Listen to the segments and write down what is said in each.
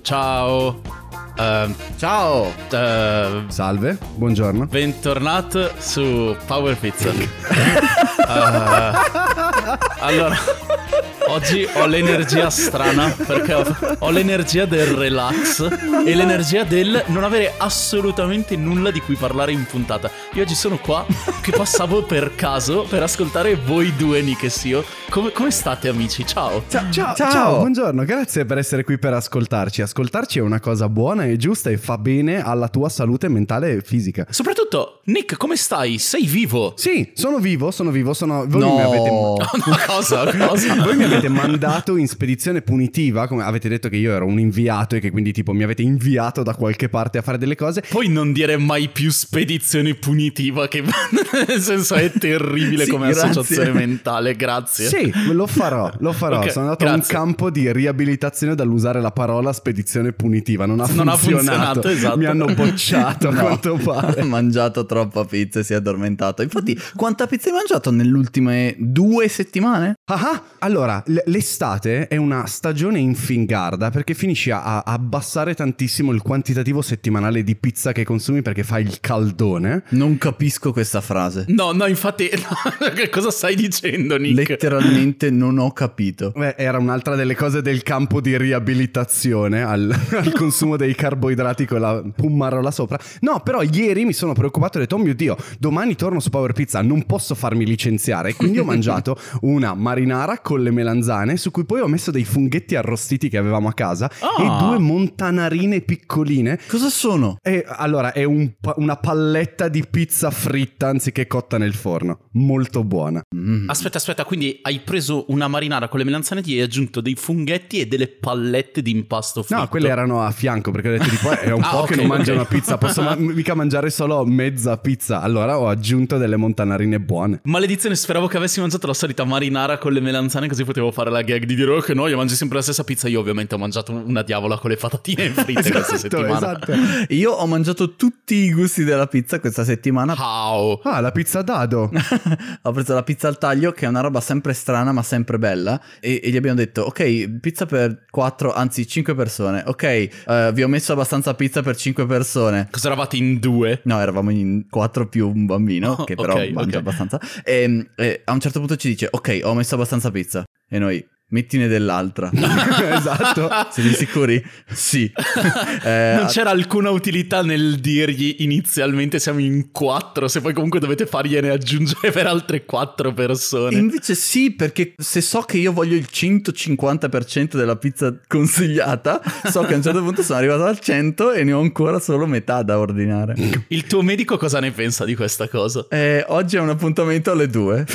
Ciao. Ciao. Salve, buongiorno. Bentornato su Power Pizza. Allora, oggi ho l'energia strana perché ho l'energia del relax e l'energia del non avere assolutamente nulla di cui parlare in puntata. Io oggi sono qua che passavo per caso per ascoltare voi due, Nick e Sio. Come state, amici? Ciao. Ciao, buongiorno, grazie per essere qui per ascoltarci. Ascoltarci è una cosa buona e giusta e fa bene alla tua salute mentale e fisica. Soprattutto, Nick, come stai? Sei vivo? Sì, sono vivo. Voi No. mi avete... Cosa? Voi mi avete mandato in spedizione punitiva, come avete detto che io ero un inviato e che quindi tipo mi avete inviato da qualche parte a fare delle cose. Poi non dire mai più spedizione punitiva, che nel senso è terribile Sì, come grazie. associazione mentale, grazie. Sì, lo farò. Ok, Sono andato a un grazie. campo di riabilitazione dall'usare la parola spedizione punitiva. Non ha funzionato, esatto. Mi hanno bocciato, a quanto pare. Ha mangiato troppa pizza e si è addormentato. Infatti, quanta pizza hai mangiato nelle ultime 2 settimane? Allora, l'estate è una stagione infingarda perché finisci a abbassare tantissimo il quantitativo settimanale di pizza che consumi perché fai il caldone. Non capisco questa frase. No, infatti, che cosa stai dicendo, Nick? Letteralmente non ho capito. Beh, era un'altra delle cose del campo di riabilitazione al consumo dei carboidrati con la pummarola sopra. No, però ieri mi sono preoccupato e ho detto, oh mio Dio, domani torno su Power Pizza, non posso farmi licenziare. E quindi ho mangiato una marinara con le melanzane, su cui poi ho messo dei funghetti arrostiti che avevamo a casa e 2 montanarine piccoline. Cosa sono? E allora è una palletta di pizza fritta anziché cotta nel forno. Molto buona. Aspetta, quindi hai preso una marinara con le melanzane e hai aggiunto dei funghetti e delle pallette di impasto fritto. No, quelle erano a fianco perché ho detto tipo è un po' ok, che non mangio ok. una pizza, posso mica mangiare solo mezza pizza. Allora ho aggiunto delle montanarine buone. Maledizione, speravo che avessi mangiato la solita marinara con le melanzane, così potevo fare la gag di dire oh che noia, mangi sempre la stessa pizza. Io ovviamente ho mangiato una diavola con le patatine fritte questa settimana. Esatto. Io ho mangiato tutti i gusti della pizza questa settimana. How? Ah, la pizza dado. Ho preso la pizza al taglio, che è una roba sempre strana ma sempre bella, e gli abbiamo detto ok, pizza per 4, anzi 5 persone. Ok, vi ho messo abbastanza pizza per 5 persone. Cosa eravate in 2? No, eravamo in 4 più un bambino, che però ok, mangia ok. abbastanza. E a un certo punto ci dice ok, ho messo abbastanza pizza. E noi, mettine dell'altra. Esatto. Siete sicuri? Sì. Non c'era alcuna utilità nel dirgli inizialmente siamo in 4, se poi comunque dovete fargliene aggiungere per altre 4 persone. Invece sì, perché se so che io voglio il 150% della pizza consigliata, so che a un certo punto sono arrivato al 100 e ne ho ancora solo metà da ordinare. Il tuo medico cosa ne pensa di questa cosa? Oggi è un appuntamento alle 2.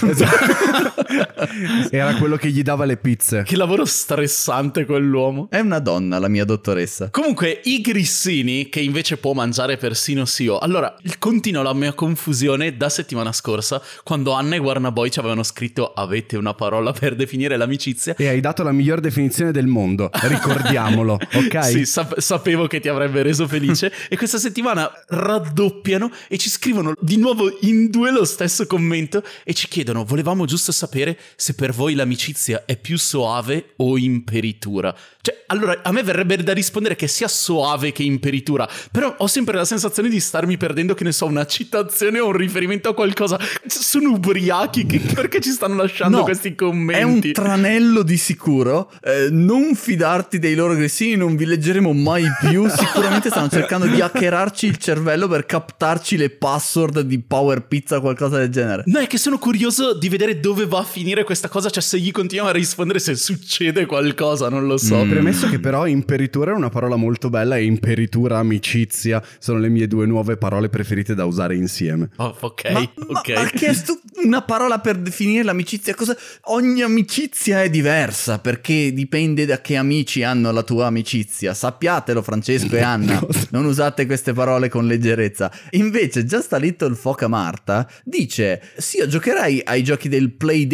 Era quello che gli dava le pizze. Che lavoro stressante quell'uomo. È una donna, la mia dottoressa. Comunque, i grissini, che invece può mangiare persino Sio. Allora, continua la mia confusione da settimana scorsa, quando Anna e Guarnaboy ci avevano scritto avete una parola per definire l'amicizia. E hai dato la miglior definizione del mondo, ricordiamolo, ok? Sì, sapevo che ti avrebbe reso felice. E questa settimana raddoppiano e ci scrivono di nuovo in 2 lo stesso commento e ci chiedono, volevamo giusto sapere se per voi l'amicizia è più soave o imperitura. Cioè, allora, a me verrebbe da rispondere che sia soave che imperitura, però ho sempre la sensazione di starmi perdendo, che ne so, una citazione o un riferimento a qualcosa. Sono ubriachi, perché ci stanno lasciando No, questi commenti? è un tranello di sicuro. Non fidarti dei loro grissini, non vi leggeremo mai più. Sicuramente stanno cercando di hackerarci il cervello per captarci le password di Power Pizza o qualcosa del genere. No, è che sono curioso di vedere dove va a finire questa cosa, cioè se gli continuiamo a rispondere, se succede qualcosa, non lo so. Premesso che però imperitura è una parola molto bella e imperitura, amicizia sono le mie 2 nuove parole preferite da usare insieme. Oh, ok. Ma ha chiesto una parola per definire l'amicizia. Ogni amicizia è diversa, perché dipende da che amici hanno la tua amicizia. Sappiatelo, Francesco e Anna. Non usate queste parole con leggerezza. Invece Just a Little Foca Marta dice sì, io giocherai ai giochi del Playdate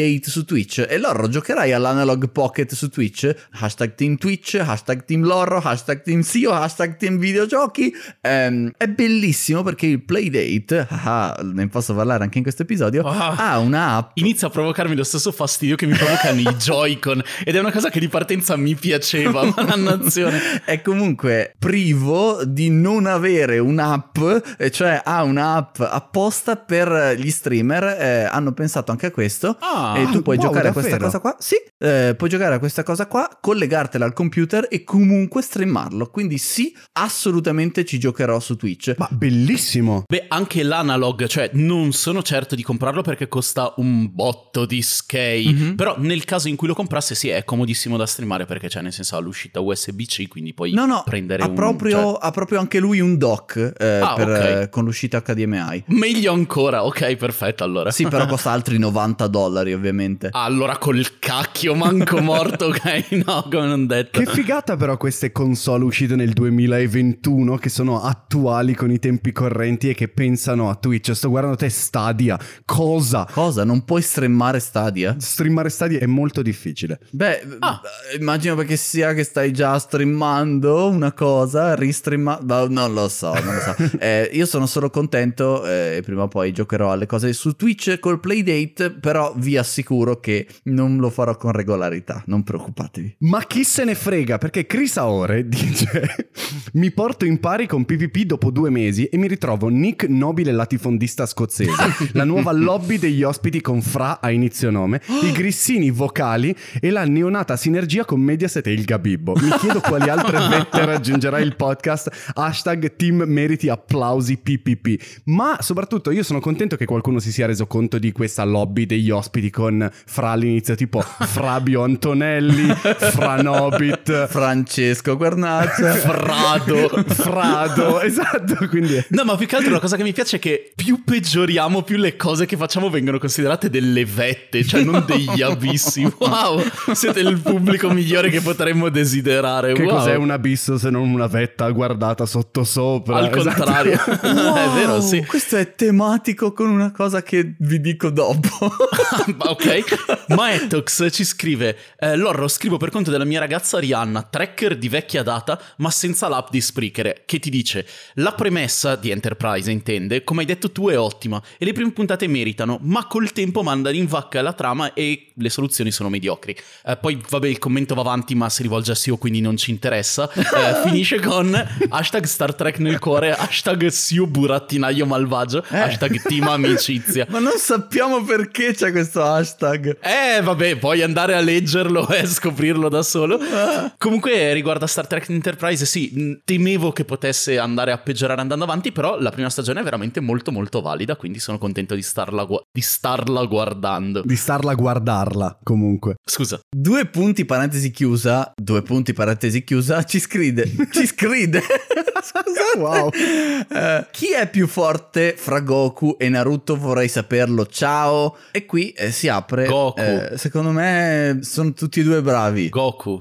Playdate su Twitch. E Lorro, giocherai all'Analog Pocket su Twitch? Hashtag Team Twitch, hashtag Team Lorro, hashtag Team Sio, hashtag Team Videogiochi. È bellissimo perché il Playdate, ne posso parlare anche in questo episodio, ha una app. Inizia a provocarmi lo stesso fastidio che mi provocano i Joy-Con, ed è una cosa che di partenza mi piaceva, ma dannazione. È comunque privo di non avere un'app, cioè ha un'app apposta per gli streamer, hanno pensato anche a questo, e tu puoi giocare a questa cosa qua, sì, puoi giocare a questa cosa qua, collegartela al computer e comunque streamarlo, quindi sì, assolutamente ci giocherò su Twitch. Ma bellissimo! Beh, anche l'Analog, cioè non sono certo di comprarlo perché costa un botto di skei, però nel caso in cui lo comprasse sì, è comodissimo da streamare perché c'è, nel senso, ha l'uscita USB-C, quindi puoi prendere ha proprio anche lui un dock okay, con l'uscita HDMI. Meglio ancora, ok, perfetto, allora. Sì, però costa altri $90 ovviamente. Allora col cacchio, manco morto, ok? No, come non detto. Che figata però queste console uscite nel 2021 che sono attuali con i tempi correnti e che pensano a Twitch. Sto guardando te Stadia. Cosa? Non puoi streamare Stadia? Streamare Stadia è molto difficile. Beh, immagino perché sia che stai già streamando una cosa, ristreamando, non lo so. Io sono solo contento e prima o poi giocherò alle cose su Twitch col Playdate, però vi assicuro che non lo farò con regolarità, non preoccupatevi. Ma chi se ne frega, perché Chris Aore dice: mi porto in pari con PvP dopo 2 mesi e mi ritrovo Nick, nobile latifondista scozzese, la nuova lobby degli ospiti con Fra a inizio nome, i grissini vocali e la neonata sinergia con Mediaset e il Gabibbo. Mi chiedo quali altre vette raggiungerà il podcast. Hashtag team meriti applausi PPP. Ma soprattutto io sono contento che qualcuno si sia reso conto di questa lobby degli ospiti con Fra all'inizio, tipo Fabio Antonelli, Franobit, Francesco Guarnaccia, Frado, esatto, quindi no, ma più che altro la cosa che mi piace è che più peggioriamo, più le cose che facciamo vengono considerate delle vette, cioè non degli abissi. Wow, siete il pubblico migliore che potremmo desiderare. Che wow. cos'è un abisso se non una vetta guardata sottosopra? Al contrario. Wow, è vero, sì. Questo è tematico con una cosa che vi dico dopo. Ok. Maetox ci scrive: Lorro, scrivo per conto della mia ragazza Arianna, tracker di vecchia data ma senza l'app di Spreaker, che ti dice: la premessa di Enterprise, intende, come hai detto tu, è ottima e le prime puntate meritano, ma col tempo mandano in vacca la trama e le soluzioni sono mediocri. Poi vabbè, il commento va avanti ma si rivolge a Sio, quindi non ci interessa. Finisce con hashtag Star Trek nel cuore, hashtag Sio burattinaio malvagio, hashtag team amicizia. Ma non sappiamo perché c'è questo hashtag. Vabbè, puoi andare a leggerlo e scoprirlo da solo. Comunque riguardo a Star Trek Enterprise, sì, temevo che potesse andare a peggiorare andando avanti, però la prima stagione è veramente molto molto valida, quindi sono contento di starla guardando. Di starla a guardarla, comunque. Scusa. 2 punti parentesi chiusa, ci scrive. Scusate. Wow. Chi è più forte fra Goku e Naruto? Vorrei saperlo. Ciao. E qui si apre. Goku. Secondo me sono tutti e 2 bravi. Goku.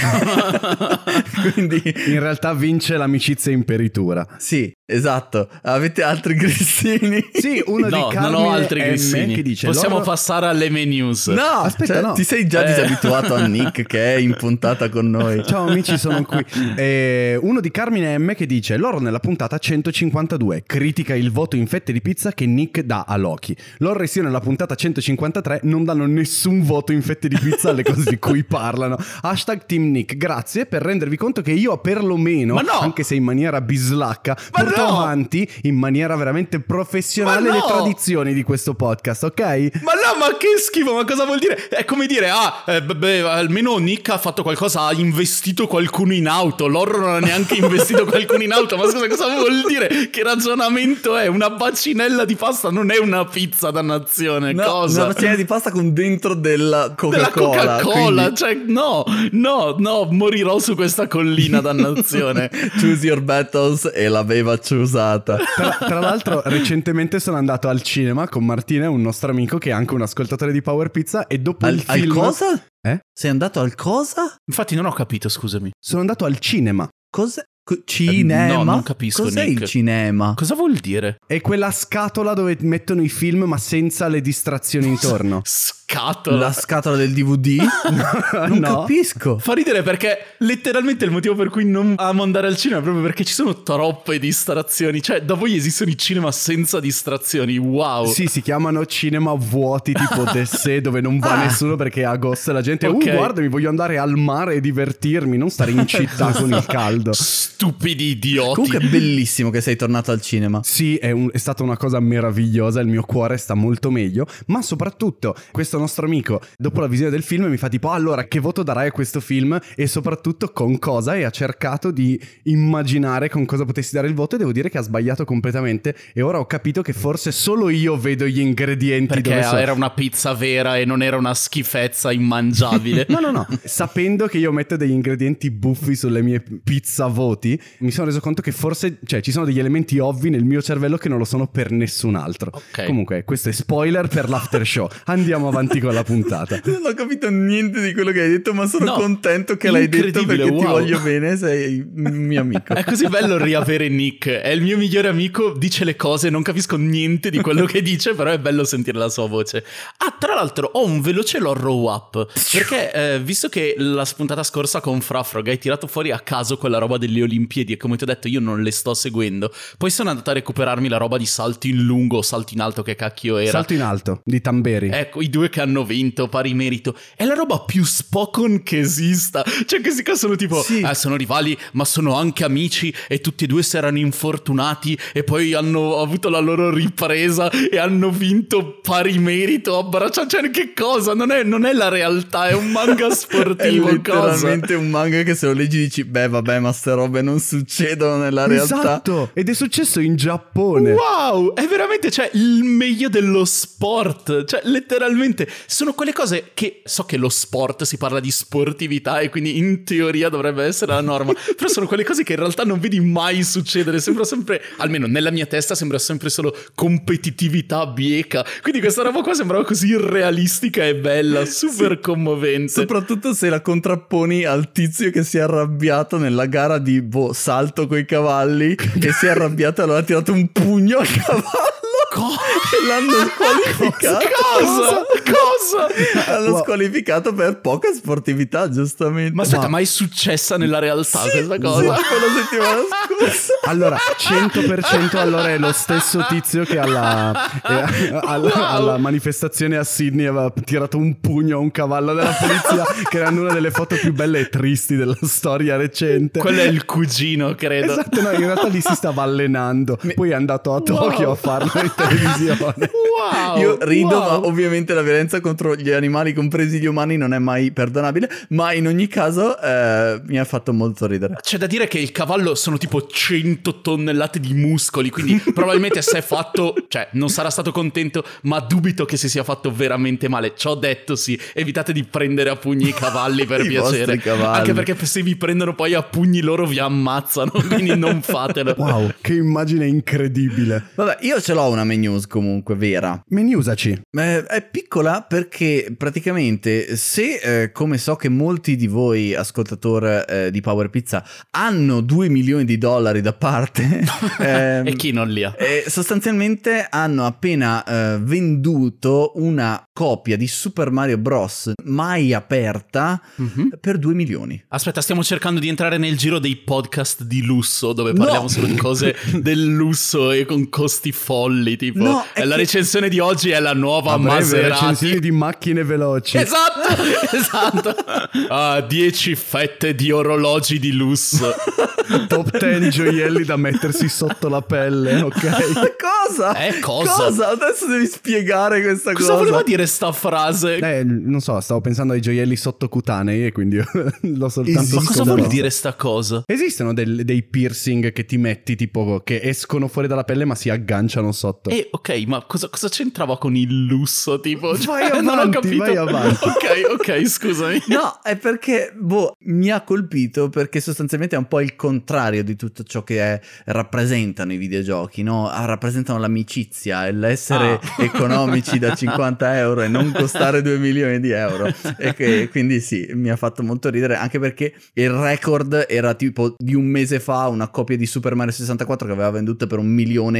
Quindi In realtà vince l'amicizia in peritura. sì, esatto. Avete altri grissini? Sì, uno No, di Carmine non ho altri M grissini. che dice: Possiamo Loro... passare alle news. No, Aspetta, no. Ti sei già disabituato a Nick che è in puntata con noi. Ciao amici, sono qui. Uno di Carmine M che dice: Loro nella puntata 152 critica il voto in fette di pizza che Nick dà a Loki. Loro e Sio nella puntata 153 non danno nessun voto in fette di pizza alle cose di cui parlano. Hashtag Team Nick. Grazie per rendervi conto che io perlomeno, anche se in maniera bislacca, porto avanti in maniera veramente professionale le tradizioni di questo podcast, ok? Ma no, ma che schifo, ma cosa vuol dire? È come dire, almeno Nick ha fatto qualcosa, ha investito qualcuno in auto, Loro non ha neanche investito qualcuno in auto, ma scusa, cosa vuol dire? Che ragionamento è? Una bacinella di pasta non è una pizza, dannazione, No, cosa? una bacinella di pasta con dentro della Coca-Cola. Della Coca-Cola, quindi... cioè no, morirò su questa collina, dannazione. Choose your battles e l'aveva choosata. Tra l'altro recentemente sono andato al cinema con Martina, un nostro amico che è anche un ascoltatore di Power Pizza, e dopo il film... Al cosa? Eh? Sei andato al cosa? Infatti non ho capito, scusami. Sono andato al cinema. Cos'è? Cinema? No, non capisco, Cos'è Nick. il cinema? Cosa vuol dire? È quella scatola dove mettono i film ma senza le distrazioni intorno. scatola. La scatola del DVD? Non capisco. Fa ridere perché letteralmente il motivo per cui non amo andare al cinema è proprio perché ci sono troppe distrazioni. Cioè, da voi esistono i cinema senza distrazioni. Wow. Sì, si chiamano cinema vuoti tipo Dessè, dove non va nessuno perché è agosto e la gente guarda, mi voglio andare al mare e divertirmi, non stare in città con il caldo. Stupidi idioti. Comunque è bellissimo che sei tornato al cinema. Sì, è stata una cosa meravigliosa, il mio cuore sta molto meglio, ma soprattutto questo nostro amico dopo la visione del film mi fa tipo allora che voto darai a questo film e soprattutto con cosa, e ha cercato di immaginare con cosa potessi dare il voto e devo dire che ha sbagliato completamente e ora ho capito che forse solo io vedo gli ingredienti perché dove sono. Era una pizza vera e non era una schifezza immangiabile. No, sapendo che io metto degli ingredienti buffi sulle mie pizza voti, mi sono reso conto che forse ci sono degli elementi ovvi nel mio cervello che non lo sono per nessun altro. Okay. Comunque questo è spoiler per l'after show. Andiamo avanti con la puntata. Non ho capito niente di quello che hai detto, ma sono contento che l'hai detto perché ti voglio bene, sei un mio amico. È così bello riavere Nick, è il mio migliore amico, dice le cose, non capisco niente di quello che dice, però è bello sentire la sua voce. Ah, tra l'altro ho un veloce roll up, perché visto che la puntata scorsa con Frafrog hai tirato fuori a caso quella roba delle Olimpiadi e come ti ho detto io non le sto seguendo, poi sono andato a recuperarmi la roba di salto in lungo o salto in alto, che cacchio era. Salto in alto di Tamberi. Ecco, i due che hanno vinto pari merito. È la roba più spoken che esista. Cioè questi qua sono tipo sono rivali ma sono anche amici e tutti e due si erano infortunati e poi hanno avuto la loro ripresa e hanno vinto pari merito abbracciando. Cioè che cosa? Non è la realtà, è un manga sportivo. È letteralmente un manga che se lo leggi dici beh vabbè ma ste robe non succedono nella realtà. Esatto, ed è successo in Giappone. Wow, è veramente il meglio dello sport. Cioè letteralmente sono quelle cose che so che lo sport si parla di sportività e quindi in teoria dovrebbe essere la norma, però sono quelle cose che in realtà non vedi mai succedere. Sembra sempre, almeno nella mia testa, sembra sempre solo competitività bieca. Quindi questa roba qua sembrava così irrealistica e bella, super commovente. Soprattutto se la contrapponi al tizio che si è arrabbiato nella gara di salto coi cavalli e si è arrabbiato e allora ha tirato un pugno al cavallo. E l'hanno squalificato. Cosa? L'hanno squalificato per poca sportività, giustamente. Ma aspetta, ma è successa nella realtà questa cosa? Sì, la settimana scorsa. Allora, 100% allora è lo stesso tizio che alla manifestazione a Sydney aveva tirato un pugno a un cavallo della polizia, che era una delle foto più belle e tristi della storia recente. Quello è il cugino, credo. Esatto, no, in realtà lì si stava allenando. Poi è andato a Tokyo a farlo in televisione. Wow. Io rido, ma ovviamente la violenza contro gli animali, compresi gli umani, non è mai perdonabile. Ma in ogni caso mi ha fatto molto ridere. C'è da dire che il cavallo sono tipo 100 tonnellate di muscoli, quindi probabilmente si è fatto, cioè non sarà stato contento, ma dubito che si sia fatto veramente male. Ci ho detto sì, evitate di prendere a pugni i cavalli per piacere, anche perché se vi prendono poi a pugni loro vi ammazzano, quindi non fatelo. Wow, che immagine incredibile. Vabbè, io ce l'ho una news comunque vera. Usaci. È piccola perché praticamente se come so che molti di voi ascoltatori di Power Pizza hanno $2 milioni da parte e chi non li ha? Sostanzialmente hanno appena venduto una copia di Super Mario Bros. Mai aperta per 2 milioni. Aspetta, stiamo cercando di entrare nel giro dei podcast di lusso dove parliamo solo di cose del lusso e con costi folli, tipo la recensione di oggi è la nuova Maserati. Recensioni di macchine veloci. Esatto. 10 fette di orologi di lusso. Top 10 gioielli da mettersi sotto la pelle, ok? Cosa? Cosa? Adesso devi spiegare questa cosa. Cosa voleva dire sta frase? Non so, stavo pensando ai gioielli sottocutanei e quindi l'ho soltanto Ma cosa vuol dire sta cosa? Esistono dei piercing che ti metti tipo che escono fuori dalla pelle ma si agganciano sotto. Ok, ma cosa c'entrava con il lusso? Tipo, vai avanti, non ho capito. vai avanti. Ok, scusami. No, è perché mi ha colpito perché sostanzialmente è un po' il contrario di tutto ciò che rappresentano i videogiochi, no? Rappresentano l'amicizia e l'essere economici da €50 euro e non costare 2 milioni di euro. E quindi sì, mi ha fatto molto ridere, anche perché il record era tipo di un mese fa una copia di Super Mario 64 che aveva venduto per 1,5 milioni,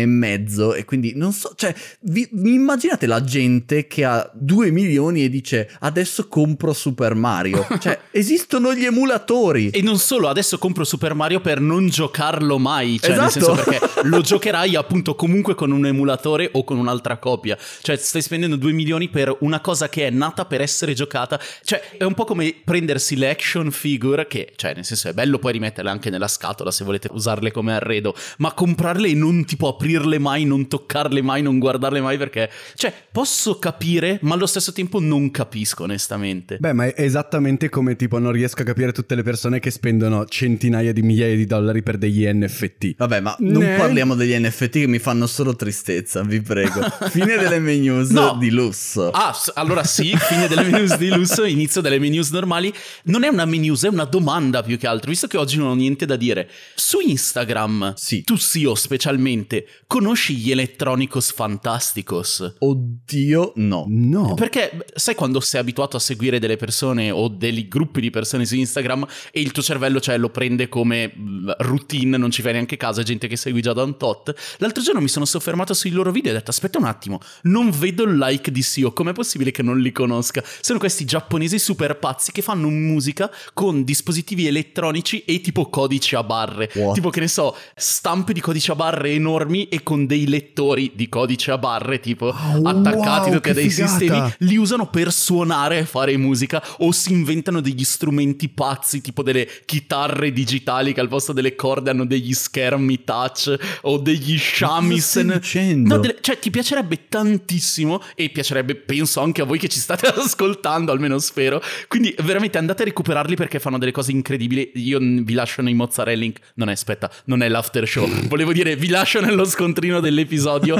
e quindi non so, cioè vi immaginate la gente che ha 2 milioni e dice adesso compro Super Mario? Cioè esistono gli emulatori. E non solo, adesso compro Super Mario per non giocarlo mai, cioè nel Esatto. senso, perché lo giocherai appunto comunque con un emulatore o con un'altra copia. Cioè stai spendendo 2 milioni per una cosa che è nata per essere giocata. Cioè è un po' come prendersi le action figure, che cioè nel senso è bello poi rimetterle anche nella scatola se volete usarle come arredo, ma comprarle e non tipo aprirle mai, non toccarle mai, non guardarle mai, perché cioè posso capire ma allo stesso tempo non capisco onestamente. Beh, ma è esattamente come tipo non riesco a capire tutte le persone che spendono centinaia di migliaia di dollari per degli NFT. Vabbè, ma non parliamo degli NFT che mi fanno solo tristezza, vi prego. Fine delle news di lusso. Allora sì, fine delle news di lusso, inizio delle news normali. Non è una news, è una domanda più che altro, visto che oggi non ho niente da dire. Su Instagram, sì, tu specialmente, conosci gli Electronicos Fantasticos? Oddio, no. Perché sai quando sei abituato a seguire delle persone o dei gruppi di persone su Instagram e il tuo cervello cioè lo prende come routine, non ci fai neanche caso, è gente che segui già da un tot. L'altro giorno mi sono soffermato sui loro video e ho detto aspetta un attimo, non vedo il like di Sio, com'è possibile che non li conosca? Sono questi giapponesi super pazzi che fanno musica con dispositivi elettronici e tipo codici a barre. What? Tipo che ne so, stampe di codici a barre enormi e con dei lettori di codici a barre tipo attaccati tutti a dei sistemi, li usano per suonare e fare musica, o si inventano degli strumenti pazzi tipo delle chitarre digitali che al posto delle corde hanno degli schermi touch o degli shamisen. No, cioè ti piacerebbe tantissimo e piacerebbe penso anche a voi che ci state ascoltando, almeno spero, quindi veramente andate a recuperarli perché fanno delle cose incredibili. Io vi lascio nei mozzarella link, non è l'after show, volevo dire vi lascio nello scontrino dell'episodio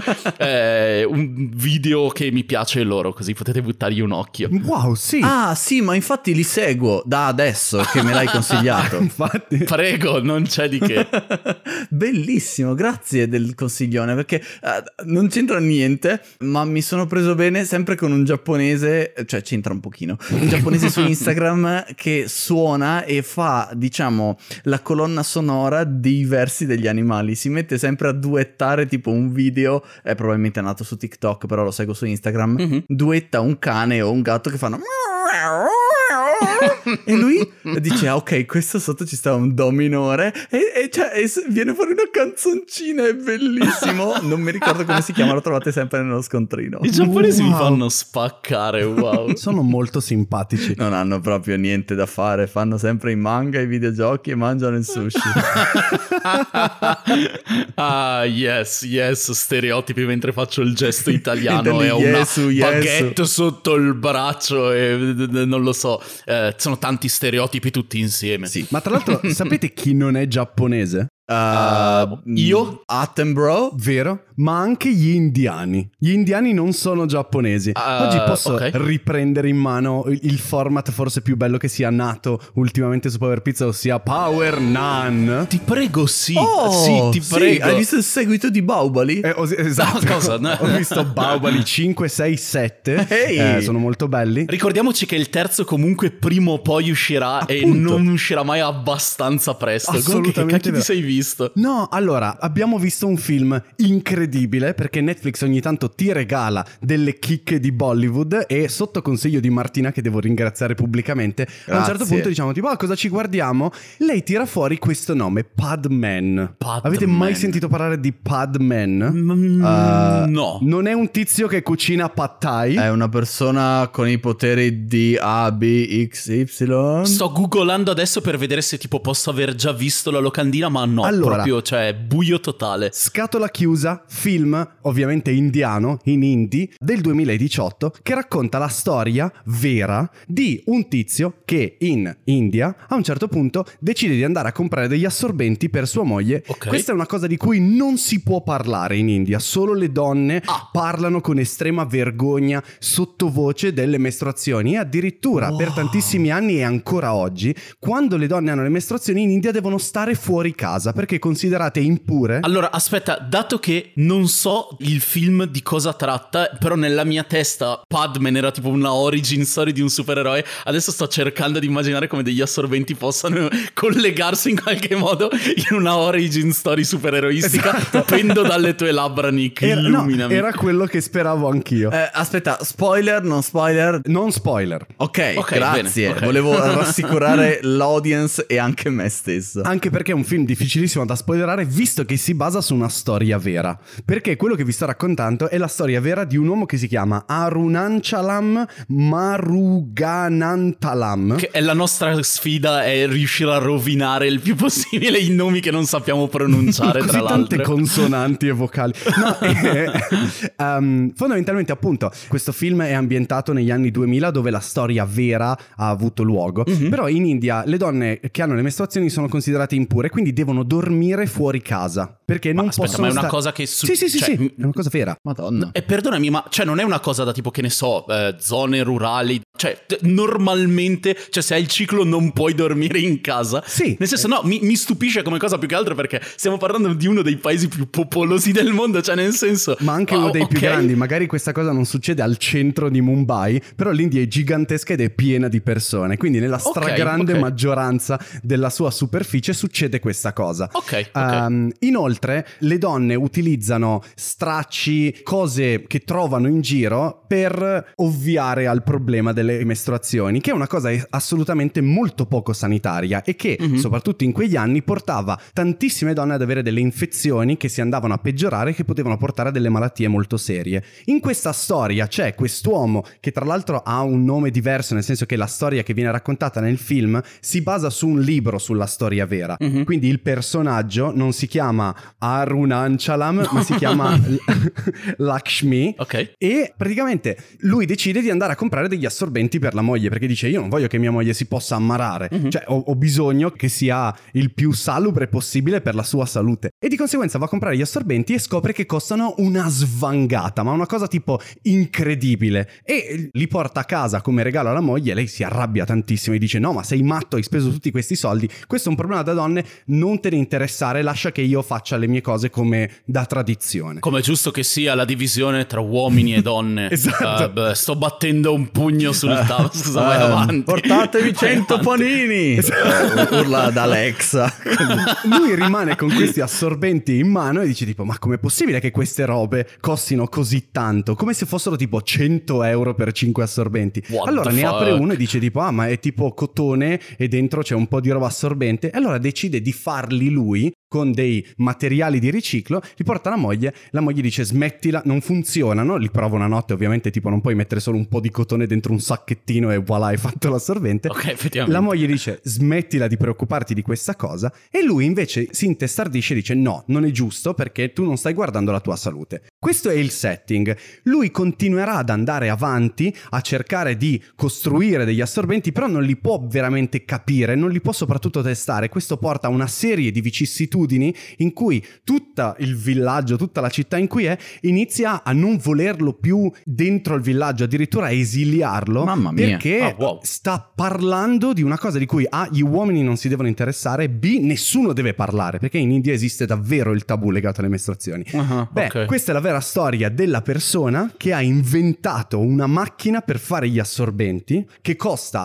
un video che mi piace loro, così potete buttargli un occhio. Wow, sì. Ah sì, ma infatti li seguo da adesso che me l'hai consigliato. Infatti. Prego, non c'è di che. Bellissimo, grazie del consiglione, perché non c'entra niente, ma mi sono preso bene sempre con un giapponese, cioè c'entra un pochino, un giapponese su Instagram che suona e fa, diciamo, la colonna sonora dei versi degli animali. Si mette sempre a duettare tipo un video, è probabilmente nato su TikTok, però lo seguo su Instagram, duetta un cane o un gatto che fanno e lui dice ok, questo sotto ci sta un do minore e viene fuori una canzoncina, è bellissimo. Non mi ricordo come si chiama, lo trovate sempre nello scontrino. I giapponesi mi fanno spaccare, wow. Sono molto simpatici. Non hanno proprio niente da fare, fanno sempre i manga, i videogiochi e mangiano il sushi. Yes, stereotipi mentre faccio il gesto italiano e ho una baguette sotto il braccio e non lo so, sono tanti stereotipi tutti insieme. Sì. Ma tra l'altro sapete chi non è giapponese? Io? Attenborough? Vero? Ma anche gli indiani. Gli indiani non sono giapponesi. Oggi posso riprendere in mano il format forse più bello che sia nato ultimamente su Power Pizza, ossia Power Nan. Ti prego, sì. Sì, ti prego. Hai visto il seguito di Baobali? Esatto. Cosa? Ho visto Baobali 5, 6, 7. Hey. Sono molto belli. Ricordiamoci che il terzo comunque prima o poi uscirà. Appunto. E non uscirà mai abbastanza presto. Comunque che cacchio ti sei visto? No, allora, abbiamo visto un film incredibile perché Netflix ogni tanto ti regala delle chicche di Bollywood e sotto consiglio di Martina, che devo ringraziare pubblicamente, a un certo punto diciamo tipo cosa ci guardiamo? Lei tira fuori questo nome, Padman. Avete mai sentito parlare di Padman? No. Non è un tizio che cucina pad thai. È una persona con i poteri di A, B, X, Y. Sto googolando adesso per vedere se tipo posso aver già visto la locandina, ma no, allora, proprio, cioè buio totale. Scatola chiusa, film ovviamente indiano, in hindi, del 2018, che racconta la storia vera di un tizio che in India a un certo punto decide di andare a comprare degli assorbenti per sua moglie. Questa è una cosa di cui non si può parlare in India, solo le donne parlano con estrema vergogna sottovoce delle mestruazioni e addirittura per tantissimi anni e ancora oggi, quando le donne hanno le mestruazioni in India devono stare fuori casa casa perché considerate impure. Allora, aspetta, dato che non so il film di cosa tratta, però nella mia testa Padmen era tipo una origin story di un supereroe, adesso sto cercando di immaginare come degli assorbenti possano collegarsi in qualche modo in una origin story supereroistica. Esatto. Pendo dalle tue labbra, Nick, illuminami. Era quello che speravo anch'io. Aspetta, spoiler, non spoiler? Non spoiler. Ok, grazie. bene, ok. Volevo rassicurare l'audience e anche me stesso. Anche perché è un film difficilissimo da spoilerare, visto che si basa su una storia vera. Perché quello che vi sto raccontando è la storia vera di un uomo che si chiama Arunanchalam Muruganantalam. Che è la nostra sfida, è riuscire a rovinare il più possibile i nomi che non sappiamo pronunciare, Così tra l'altro. tante consonanti e vocali. No, fondamentalmente, appunto, questo film è ambientato negli anni 2000, dove la storia vera ha avuto luogo. Però in India le donne che hanno le mestruazioni sono considerate impure, quindi devono dormire fuori casa. Perché non aspetta, possono ma è una cosa che Sì, cioè, è una cosa vera. Madonna. E perdonami, ma cioè non è una cosa da tipo, che ne so, zone rurali, cioè normalmente, cioè se hai il ciclo non puoi dormire in casa. Sì. Nel senso, no, mi stupisce come cosa più che altro perché stiamo parlando di uno dei paesi più popolosi del mondo, cioè nel senso... Ma anche uno dei più grandi. Magari questa cosa non succede al centro di Mumbai, però l'India è gigantesca ed è piena di persone, quindi nella stragrande maggioranza della sua superficie succede questa cosa. Ok. Inoltre le donne utilizzano stracci, cose che trovano in giro per ovviare al problema delle mestruazioni, che è una cosa assolutamente molto poco sanitaria e che soprattutto in quegli anni portava tantissime donne ad avere delle infezioni che si andavano a peggiorare e che potevano portare a delle malattie molto serie. In questa storia c'è quest'uomo che tra l'altro ha un nome diverso, nel senso che la storia che viene raccontata nel film si basa su un libro sulla storia vera. Quindi il personaggio non si chiama Arunanchalam, ma si chiama Lakshmi. Ok. E praticamente lui decide di andare a comprare degli assorbenti per la moglie, perché dice: io non voglio che mia moglie si possa ammalare, cioè ho bisogno che sia il più salubre possibile per la sua salute. E di conseguenza va a comprare gli assorbenti e scopre che costano una svangata, ma una cosa tipo incredibile, e li porta a casa come regalo alla moglie. Lei si arrabbia tantissimo e dice: no, ma sei matto, hai speso tutti questi soldi, questo è un problema da donne, non te ne interessare, lascia che io faccia le mie cose come da tradizione. Come è giusto che sia la divisione tra uomini e donne. Esatto. Sto battendo un pugno sul tavolo. Scusa, vai avanti. Portatevi 100 panini. Urla ad Alexa. Lui rimane con questi assorbenti in mano e dice tipo: ma com'è possibile che queste robe costino così tanto? Come se fossero tipo 100 euro per 5 assorbenti. Allora ne apre uno e dice tipo: ah, ma è tipo cotone e dentro c'è un po' di roba assorbente. E allora decide di farli lui con dei materiali di riciclo, li porta alla moglie, la moglie dice: smettila, non funzionano, li prova una notte, ovviamente tipo non puoi mettere solo un po' di cotone dentro un sacchettino e voilà, hai fatto l'assorbente. Ok, effettivamente. La moglie dice: smettila di preoccuparti di questa cosa, e lui invece si intestardisce e dice: no, non è giusto perché tu non stai guardando la tua salute. Questo è il setting. Lui continuerà ad andare avanti a cercare di costruire degli assorbenti, però non li può veramente capire, non li può soprattutto testare. Questo porta a una serie di vicissitudini in cui tutto il villaggio, tutta la città in cui è, inizia a non volerlo più dentro il villaggio, addirittura a esiliarlo. Mamma mia. Perché sta parlando di una cosa di cui A, gli uomini non si devono interessare, B, nessuno deve parlare, perché in India esiste davvero il tabù legato alle mestruazioni. Questa è la vera storia della persona che ha inventato una macchina per fare gli assorbenti che costa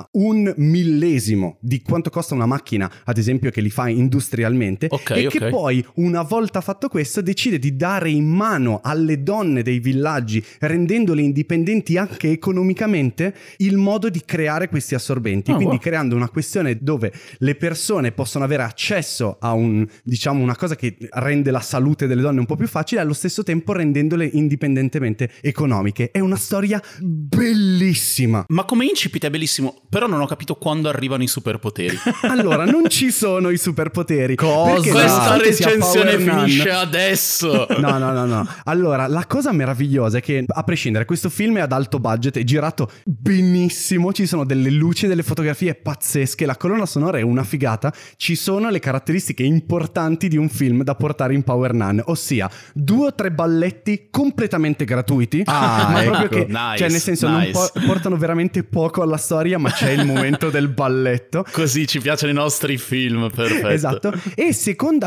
1/1000 di quanto costa una macchina, ad esempio, che li fa industrialmente, che poi, una volta fatto questo, decide di dare in mano alle donne dei villaggi, rendendole indipendenti anche economicamente, il modo di creare questi assorbenti. Quindi creando una questione dove le persone possono avere accesso a una cosa che rende la salute delle donne un po' più facile, allo stesso tempo rendendole indipendentemente economiche. È una storia bellissima. Ma come incipit è bellissimo, però non ho capito quando arrivano i superpoteri. Allora, non ci sono i superpoteri. Questa recensione finisce adesso. No. Allora, la cosa meravigliosa è che, a prescindere, questo film è ad alto budget, è girato benissimo, ci sono delle luci, delle fotografie pazzesche, la colonna sonora è una figata, ci sono le caratteristiche importanti di un film da portare in Power Nan, ossia 2 o 3 balletti completamente gratuiti, ma proprio che, cioè nel senso, non portano veramente poco alla storia, ma c'è il momento del balletto. Così ci piacciono i nostri film, perfetto. Esatto. E seconda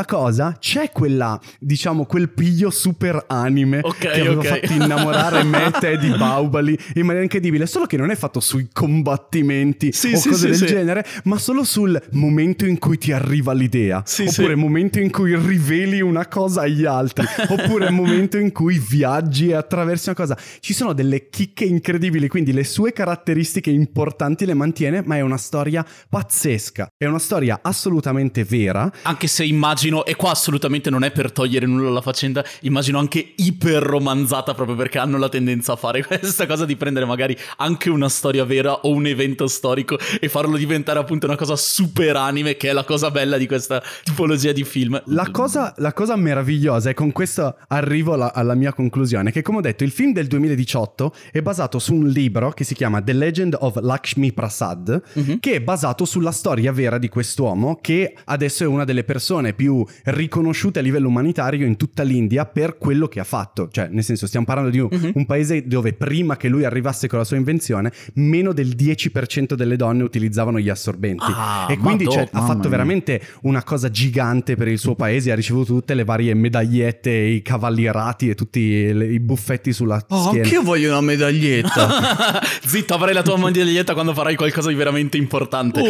seconda cosa, c'è quella, diciamo, quel piglio super anime che aveva fatto innamorare me, te di Baubali in maniera incredibile, solo che non è fatto sui combattimenti cose del genere, ma solo sul momento in cui ti arriva l'idea, oppure momento in cui riveli una cosa agli altri, oppure momento in cui viaggi e attraversi una cosa. Ci sono delle chicche incredibili, quindi le sue caratteristiche importanti le mantiene, ma è una storia pazzesca, è una storia assolutamente vera, anche se immagino, e qua assolutamente non è per togliere nulla alla faccenda, immagino anche iper romanzata, proprio perché hanno la tendenza a fare questa cosa di prendere magari anche una storia vera o un evento storico e farlo diventare appunto una cosa super anime, che è la cosa bella di questa tipologia di film. La cosa meravigliosa, e con questo arrivo alla mia conclusione, che come ho detto il film del 2018 è basato su un libro che si chiama The Legend of Lakshmi Prasad, che è basato sulla storia vera di quest'uomo, che adesso è una delle persone più riconosciute a livello umanitario in tutta l'India per quello che ha fatto. Cioè, nel senso, stiamo parlando di un paese dove prima che lui arrivasse con la sua invenzione meno del 10% delle donne utilizzavano gli assorbenti, e quindi ha fatto veramente una cosa gigante per il suo paese, ha ricevuto tutte le varie medagliette, i cavallierati e tutti i buffetti sulla schiena. Anche io voglio una medaglietta. Zitto, avrai la tua medaglietta quando farai qualcosa di veramente importante.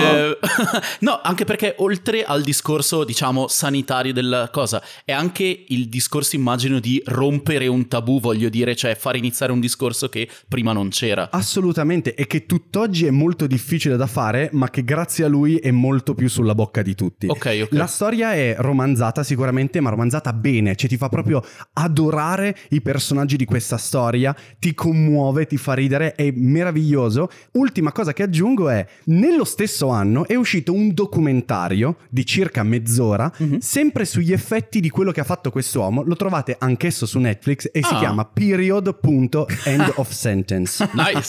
No, anche perché oltre al discorso, diciamo, sanitario della cosa, è anche il discorso, immagino, di rompere un tabù, voglio dire, cioè fare iniziare un discorso che prima non c'era. Assolutamente, e che tutt'oggi è molto difficile da fare, ma che grazie a lui è molto più sulla bocca di tutti. Ok. La storia è romanzata sicuramente, ma romanzata bene, cioè ti fa proprio adorare i personaggi di questa storia, ti commuove, ti fa ridere, è meraviglioso. Ultima cosa che aggiungo è, nello stesso anno è uscito un documentario di circa mezz'ora, sempre sugli effetti di quello che ha fatto quest'uomo, lo trovate anch'esso su Netflix e si chiama Period.End of Sentence.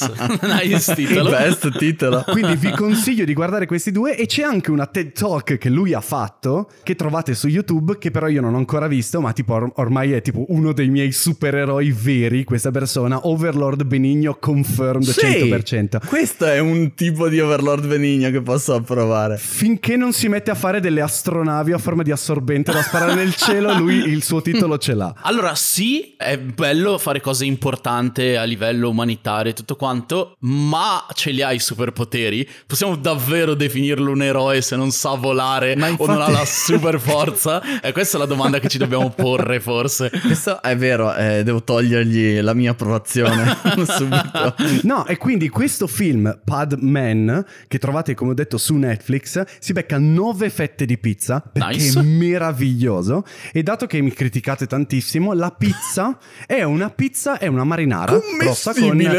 Nice titolo. Best titolo. Quindi vi consiglio di guardare questi due, e c'è anche una TED Talk che lui ha fatto, che trovate su YouTube, che però io non ho ancora visto, ma tipo ormai è tipo uno dei miei supereroi veri, questa persona, Overlord Benigno confirmed 100%. Questo è un tipo di Overlord Benigno che posso approvare. Finché non si mette a fare delle astronavi a forma di assorbente da sparare nel cielo, lui il suo titolo ce l'ha. Allora sì, è bello fare cose importanti a livello umanitario e tutto quanto, ma ce li ha i superpoteri? Possiamo davvero definirlo un eroe se non sa volare o non ha la super forza? Questa è la domanda che ci dobbiamo porre, forse. Questo è vero, devo togliergli la mia approvazione subito. No, e quindi questo film Padman, che trovate come ho detto su Netflix, si becca 9 fette di pizza, perché è meraviglioso. E dato che mi criticate tantissimo, la pizza è una marinara rossa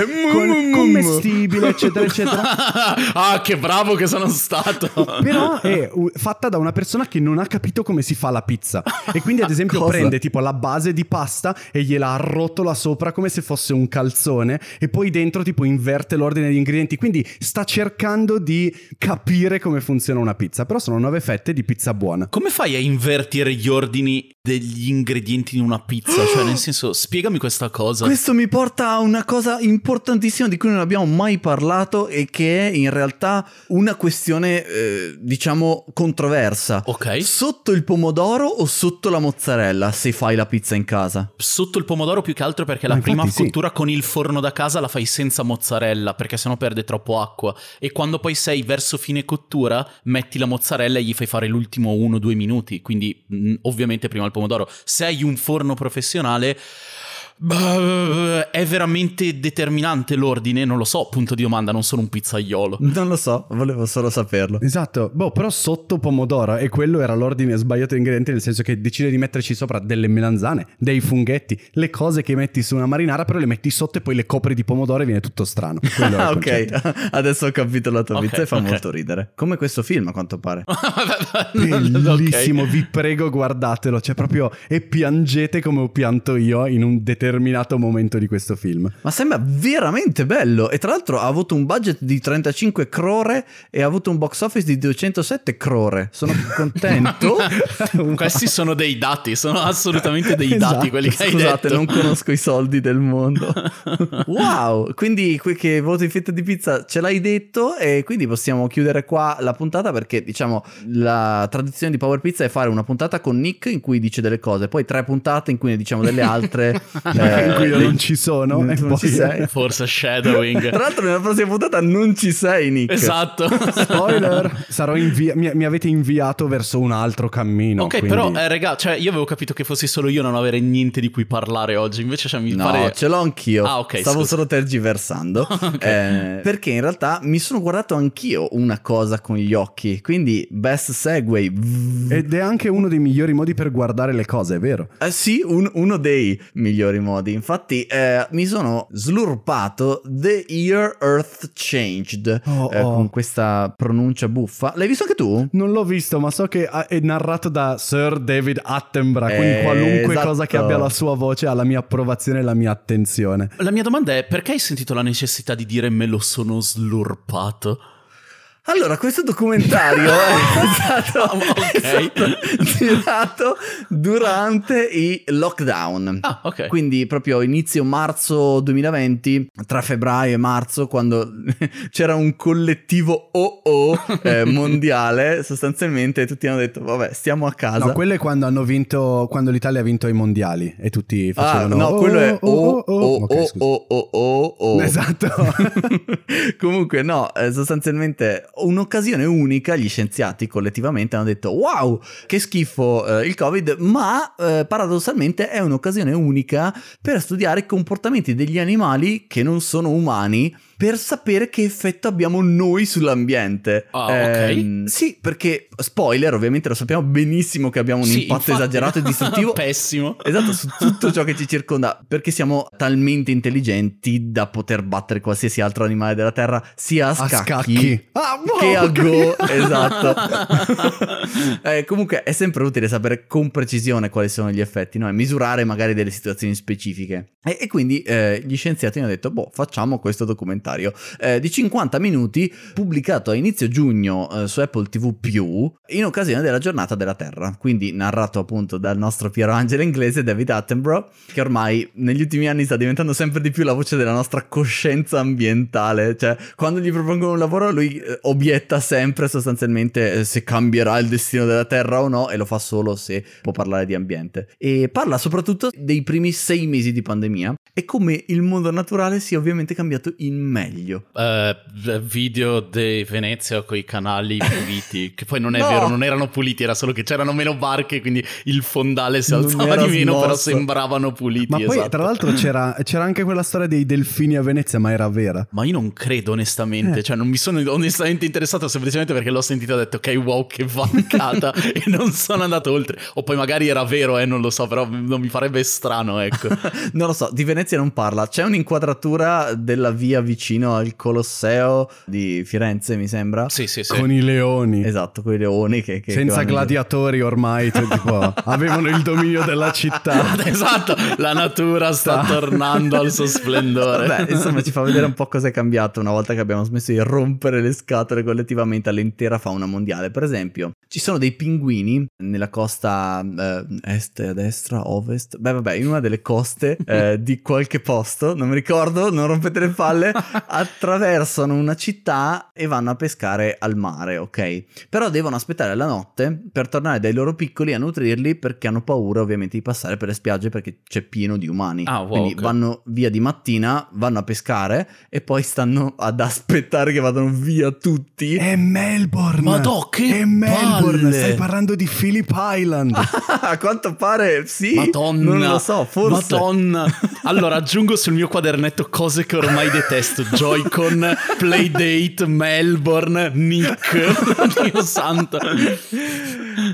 commestibile, eccetera eccetera. Ah, che bravo che sono stato. Però è fatta da una persona che non ha capito come si fa la pizza, e quindi ad esempio prende tipo la base di pasta e gliela arrotola sopra come se fosse un calzone, e poi dentro tipo inverte l'ordine degli ingredienti, quindi sta cercando di capire come funziona una pizza. Però sono 9 fette di pizza buona. Come fai a invertire gli ordini degli ingredienti in una pizza? Cioè, nel senso, spiegami questa cosa. Questo mi porta a una cosa importantissima di cui non abbiamo mai parlato, e che è in realtà una questione diciamo controversa. Ok. Sotto il pomodoro o sotto la mozzarella, se fai la pizza in casa? Sotto il pomodoro, più che altro perché la prima cottura con il forno da casa la fai senza mozzarella, perché sennò perde troppo acqua, e quando poi sei verso fine cottura metti la mozzarella e gli fai fare l'ultimo 1-2 minuti, quindi ovviamente prima il pomodoro. Se hai un forno professionale è veramente determinante l'ordine? Non lo so, punto di domanda, non sono un pizzaiolo. Non lo so, volevo solo saperlo. Esatto, però sotto pomodoro, e quello era l'ordine sbagliato di ingredienti, nel senso che decide di metterci sopra delle melanzane, dei funghetti, le cose che metti su una marinara, però le metti sotto e poi le copri di pomodoro e viene tutto strano. Ok, adesso ho capito la tua pizza e fa molto ridere. Come questo film, a quanto pare. Bellissimo, vi prego guardatelo, cioè proprio, e piangete come ho pianto io in un determinato determinato momento di questo film. Ma sembra veramente bello. E tra l'altro ha avuto un budget di 35 crore e ha avuto un box office di 207 crore. Sono contento. Questi sono dei dati, sono assolutamente dei Esatto. dati quelli che hai Scusate, detto. non conosco i soldi del mondo. Wow, quindi che voto in fetta di pizza ce l'hai detto, e quindi possiamo chiudere qua la puntata, perché diciamo la tradizione di Power Pizza è fare una puntata con Nick in cui dice delle cose, poi 3 puntate in cui ne diciamo delle altre In cui io non ci sono tu e non poi ci sei. Forse shadowing. Tra l'altro nella prossima puntata non ci sei, Nick. Esatto. spoiler, mi avete inviato verso un altro cammino. Ok, quindi... però raga, cioè io avevo capito che fossi solo io a non avere niente di cui parlare oggi, invece cioè, mi No, pare... ce l'ho anch'io. Ah, ok, Stavo scusa. solo tergiversando. Perché in realtà mi sono guardato anch'io una cosa con gli occhi. Quindi best segue. Ed è anche uno dei migliori modi per guardare le cose, è vero? Sì, uno dei migliori modi. Infatti mi sono slurpato The Year Earth Changed, con questa pronuncia buffa. L'hai visto anche tu? Non l'ho visto, ma so che è narrato da Sir David Attenborough, quindi qualunque esatto. cosa che abbia la sua voce ha la mia approvazione e la mia attenzione. La mia domanda è: perché hai sentito la necessità di dire me lo sono slurpato? Allora, questo documentario è stato girato durante i lockdown. Ah, ok. Quindi proprio inizio marzo 2020, tra febbraio e marzo, quando c'era un collettivo mondiale, sostanzialmente tutti hanno detto vabbè, stiamo a casa. No, quello è quando hanno vinto, quando l'Italia ha vinto i mondiali e tutti facevano no, quello è Ok, scusa. Esatto. Comunque no, sostanzialmente un'occasione unica. Gli scienziati collettivamente hanno detto wow, che schifo il Covid, ma paradossalmente è un'occasione unica per studiare i comportamenti degli animali che non sono umani, per sapere che effetto abbiamo noi sull'ambiente. Ok. Sì, perché spoiler, ovviamente lo sappiamo benissimo che abbiamo un impatto infatti, esagerato e distruttivo. Pessimo. Esatto, su tutto ciò che ci circonda, perché siamo talmente intelligenti da poter battere qualsiasi altro animale della terra, sia a scacchi. Che a go. Esatto. Comunque è sempre utile sapere con precisione quali sono gli effetti, no? E misurare magari delle situazioni specifiche. E quindi gli scienziati hanno detto facciamo questo documentario di 50 minuti, pubblicato a inizio giugno su Apple TV+, in occasione della giornata della Terra, quindi narrato appunto dal nostro Piero Angela inglese David Attenborough, che ormai negli ultimi anni sta diventando sempre di più la voce della nostra coscienza ambientale. Cioè, quando gli propongono un lavoro lui obietta sempre sostanzialmente se cambierà il destino della Terra o no, e lo fa solo se può parlare di ambiente. E parla soprattutto dei primi 6 mesi di pandemia e come il mondo naturale sia ovviamente cambiato in meglio. Video di Venezia con i canali puliti, che poi non è vero, non erano puliti, era solo che c'erano meno barche, quindi il fondale si alzava di meno, però sembravano puliti. Ma poi esatto. tra l'altro c'era anche quella storia dei delfini a Venezia, ma era vera? Ma io non credo onestamente, cioè non mi sono onestamente interessato, semplicemente perché l'ho sentito e ho detto ok, wow, che vancata e non sono andato oltre. O poi magari era vero, non lo so, però non mi farebbe strano, ecco. Non lo so, di Venezia non parla. C'è un'inquadratura della via vicino al Colosseo di Firenze, mi sembra. Sì. Con i leoni. Esatto, con i leoni che senza vanno gladiatori ormai, cioè, tipo, avevano il dominio della città. Esatto, la natura sta tornando al suo splendore. Beh, insomma, ci fa vedere un po' cosa è cambiato una volta che abbiamo smesso di rompere le scatole collettivamente all'intera fauna mondiale. Per esempio, ci sono dei pinguini nella costa est, a destra, ovest, in una delle coste di qualche posto, non mi ricordo, non rompete le palle, attraversano una città e vanno a pescare al mare, ok? Però devono aspettare la notte per tornare dai loro piccoli a nutrirli, perché hanno paura ovviamente di passare per le spiagge perché c'è pieno di umani. Quindi vanno via di mattina, vanno a pescare e poi stanno ad aspettare che vadano via tutti. È Melbourne. Madò, che è Melbourne, palle. stai parlando di Phillip Island. A quanto pare sì. Madonna, non lo so, forse. Madonna. Allora aggiungo sul mio quadernetto cose che ormai detesto: Joy-Con, Playdate, Melbourne, Nick. Dio santo.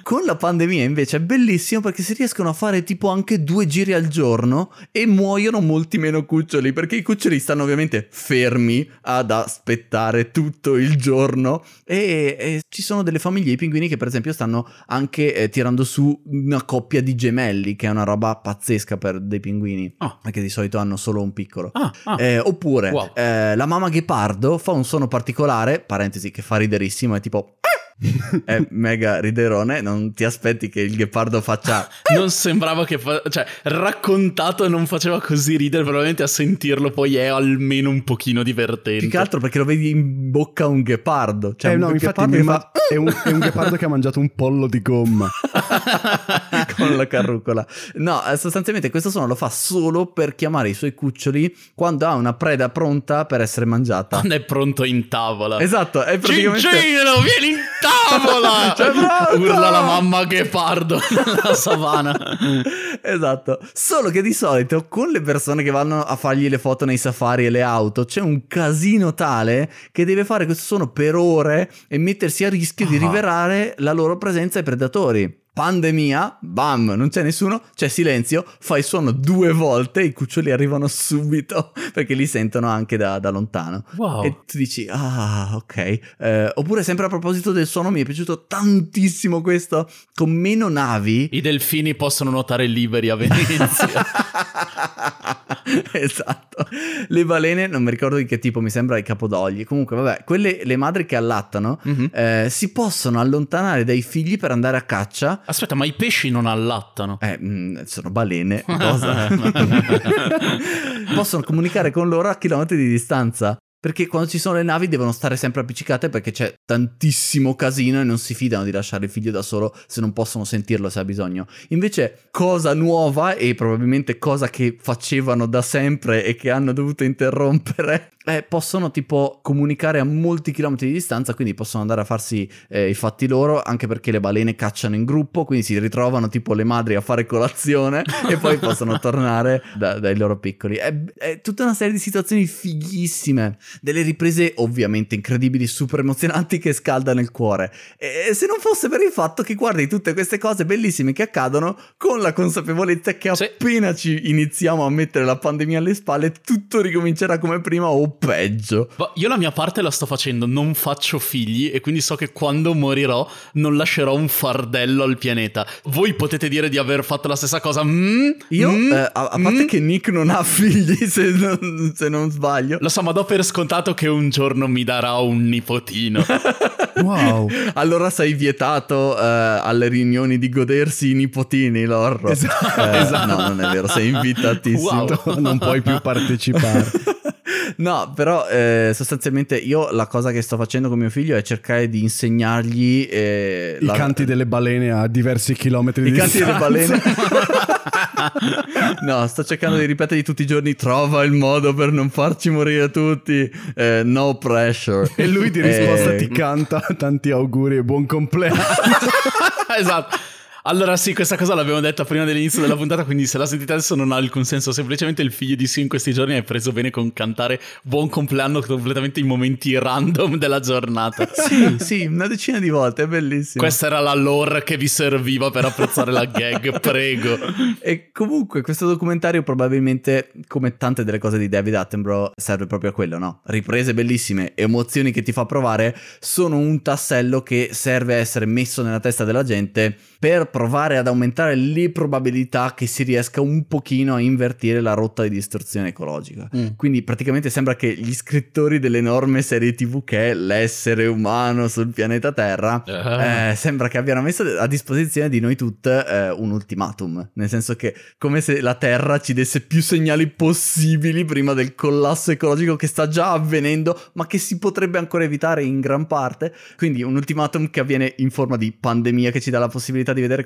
Con la pandemia invece è bellissimo perché si riescono a fare tipo anche 2 giri al giorno e muoiono molti meno cuccioli, perché i cuccioli stanno ovviamente fermi ad aspettare tutto il giorno e ci sono delle famiglie di pinguini che per esempio stanno anche tirando su una coppia di gemelli, che è una roba pazzesca per dei pinguini, perché di solito hanno solo un piccolo. Oppure wow. La mamma ghepardo fa un suono particolare, parentesi, che fa riderissimo, è tipo è mega riderone, non ti aspetti che il ghepardo faccia non sembrava che cioè raccontato non faceva così ridere, probabilmente a sentirlo poi è almeno un pochino divertente. più che altro perché lo vedi in bocca a un ghepardo, cioè un infatti ghepardo è un ghepardo che ha mangiato un pollo di gomma con la carrucola. No, sostanzialmente questo suono lo fa solo per chiamare i suoi cuccioli quando ha una preda pronta per essere mangiata. Quando è pronto in tavola. Esatto, è praticamente Gigino, vieni in tavola! Cioè, pronto! Urla la mamma ghepardo nella savana. Esatto, solo che di solito con le persone che vanno a fargli le foto nei safari e le auto c'è un casino tale che deve fare questo suono per ore e mettersi a rischio di rivelare la loro presenza ai predatori. Pandemia, bam, non c'è nessuno, c'è silenzio, fai il suono 2 volte, i cuccioli arrivano subito perché li sentono anche da lontano. Wow. E tu dici, ok. Oppure sempre a proposito del suono, mi è piaciuto tantissimo questo, con meno navi. I delfini possono nuotare liberi a Venezia. Esatto. Le balene, non mi ricordo di che tipo, mi sembra i capodogli. Comunque, vabbè, quelle, le madri che allattano, si possono allontanare dai figli per andare a caccia. Aspetta, ma i pesci non allattano? Sono balene. Cosa? Possono comunicare con loro a chilometri di distanza. Perché quando ci sono le navi devono stare sempre appiccicate perché c'è tantissimo casino e non si fidano di lasciare il figlio da solo se non possono sentirlo se ha bisogno. Invece, cosa nuova e probabilmente cosa che facevano da sempre e che hanno dovuto interrompere, possono tipo comunicare a molti chilometri di distanza, quindi possono andare a farsi i fatti loro, anche perché le balene cacciano in gruppo, quindi si ritrovano tipo le madri a fare colazione e poi possono tornare dai loro piccoli. È tutta una serie di situazioni fighissime. Delle riprese ovviamente incredibili, super emozionanti che scaldano il cuore. E se non fosse per il fatto che guardi tutte queste cose bellissime che accadono con la consapevolezza che appena ci iniziamo a mettere la pandemia alle spalle tutto ricomincerà come prima o peggio. Ma io la mia parte la sto facendo, non faccio figli e quindi so che quando morirò non lascerò un fardello al pianeta. Voi potete dire di aver fatto la stessa cosa? Io, a parte che Nick non ha figli se non sbaglio. Lo so, ma do per scontato che un giorno mi darà un nipotino. Wow. Allora sei vietato alle riunioni di godersi i nipotini, Lorro. Esatto. No, non è vero, sei invitatissimo. Wow. Non puoi più partecipare. No, però sostanzialmente io la cosa che sto facendo con mio figlio è cercare di insegnargli I canti delle balene a diversi chilometri di distanza. I canti delle balene. No, sto cercando di ripetergli tutti i giorni: trova il modo per non farci morire tutti, no pressure. E lui di risposta ti canta tanti auguri e buon compleanno. Esatto. Allora sì, questa cosa l'abbiamo detta prima dell'inizio della puntata, quindi se la sentite adesso non ha alcun senso. Semplicemente il figlio di Sio in questi giorni è preso bene con cantare buon compleanno completamente in momenti random della giornata. Sì, una decina di volte, è bellissimo. Questa era la lore che vi serviva per apprezzare la gag, prego. E comunque questo documentario probabilmente, come tante delle cose di David Attenborough, serve proprio a quello, no? Riprese bellissime, emozioni che ti fa provare, sono un tassello che serve a essere messo nella testa della gente per provare ad aumentare le probabilità che si riesca un pochino a invertire la rotta di distruzione ecologica. Quindi praticamente sembra che gli scrittori dell'enorme serie TV che è l'essere umano sul pianeta Terra sembra che abbiano messo a disposizione di noi tutte un ultimatum, nel senso che come se la Terra ci desse più segnali possibili prima del collasso ecologico che sta già avvenendo ma che si potrebbe ancora evitare in gran parte. Quindi un ultimatum che avviene in forma di pandemia che ci dà la possibilità di vedere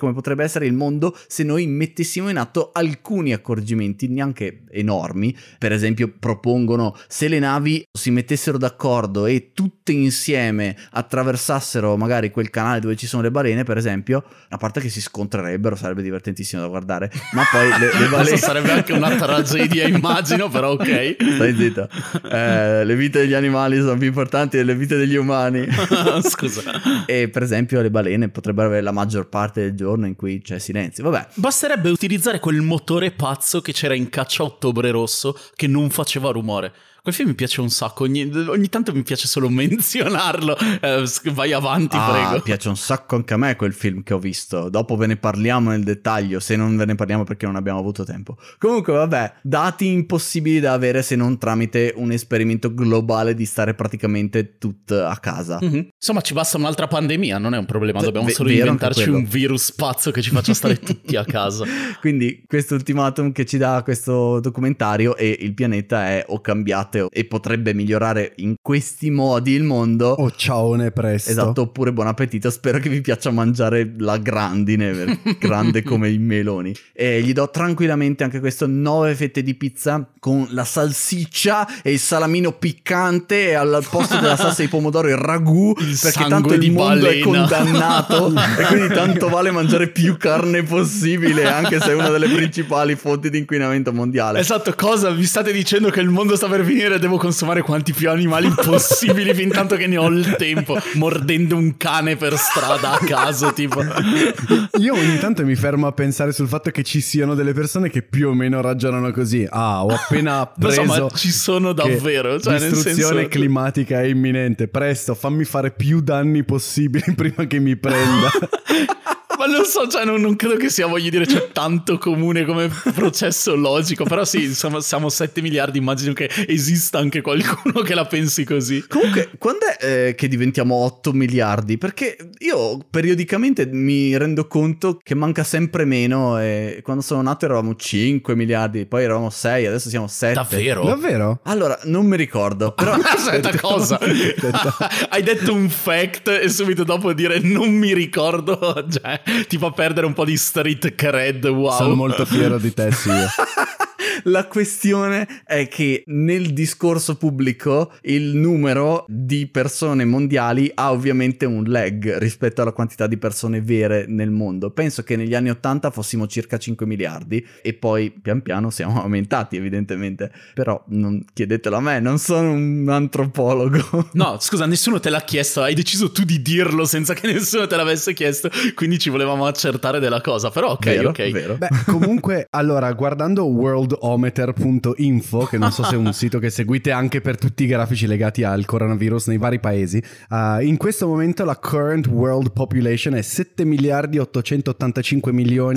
come potrebbe essere il mondo se noi mettessimo in atto alcuni accorgimenti, neanche enormi. Per esempio propongono, se le navi si mettessero d'accordo e tutte insieme attraversassero magari quel canale dove ci sono le balene, per esempio, a parte che si scontrerebbero, sarebbe divertentissimo da guardare, ma poi le balene sarebbe anche una tragedia, immagino, però ok. Stai zitto. Le vite degli animali sono più importanti delle vite degli umani. Scusa. E per esempio le balene potrebbero avere la maggior parte del giorno in cui c'è silenzio. Vabbè. Basterebbe utilizzare quel motore pazzo che c'era in Caccia a Ottobre Rosso che non faceva rumore. Quel film mi piace un sacco, ogni tanto mi piace solo menzionarlo. Vai avanti, prego. Piace un sacco anche a me quel film che ho visto. Dopo ve ne parliamo nel dettaglio, se non ve ne parliamo perché non abbiamo avuto tempo. Comunque vabbè, dati impossibili da avere se non tramite un esperimento globale di stare praticamente tutti a casa. Mm-hmm. Insomma, ci basta un'altra pandemia, non è un problema, dobbiamo solo inventarci un virus pazzo che ci faccia stare tutti a casa. Quindi questo ultimatum che ci dà questo documentario, e il pianeta è o cambiate e potrebbe migliorare in questi modi il mondo. Oh, ciaone, presto. Esatto, oppure buon appetito, spero che vi piaccia mangiare la grandine, grande come i meloni. E gli do tranquillamente anche questo 9 fette di pizza con la salsiccia e il salamino piccante e al posto della salsa di pomodoro il ragù, perché tanto il mondo è condannato e quindi tanto vale mangiare più carne possibile, anche se è una delle principali fonti di inquinamento mondiale. Esatto, cosa? Vi state dicendo che il mondo sta per finire e devo consumare quanti più animali possibili fin tanto che ne ho il tempo, mordendo un cane per strada a caso, tipo. Io ogni tanto mi fermo a pensare sul fatto che ci siano delle persone che più o meno ragionano così. Ho appena preso, ma ci sono davvero, cioè, l'istruzione nel senso... climatica è imminente, presto fammi fare più danni possibili prima che mi prenda. Ma non so, cioè non credo che sia, voglio dire, c'è tanto comune come processo logico. Però sì, insomma, siamo 7 miliardi, immagino che esista anche qualcuno che la pensi così. Comunque, quando è che diventiamo 8 miliardi? Perché io periodicamente mi rendo conto che manca sempre meno, e quando sono nato eravamo 5 miliardi, poi eravamo 6, adesso siamo 7. Davvero? Davvero? Allora, non mi ricordo, però... Aspetta, cosa? Hai detto un fact e subito dopo dire non mi ricordo, cioè... ti fa perdere un po' di street cred. Wow, sono molto fiero di te, sì. La questione è che nel discorso pubblico il numero di persone mondiali ha ovviamente un lag rispetto alla quantità di persone vere nel mondo. Penso che negli anni 80 fossimo circa 5 miliardi e poi pian piano siamo aumentati, evidentemente. Però non chiedetelo a me, non sono un antropologo. No, scusa, nessuno te l'ha chiesto, hai deciso tu di dirlo senza che nessuno te l'avesse chiesto, quindi ci volevamo accertare della cosa. Però ok, vero, ok. Vero. Beh, comunque, allora, guardando worldometer.info, che non so se è un sito che seguite anche per tutti i grafici legati al coronavirus nei vari paesi, in questo momento la current world population è 7 miliardi 885 milioni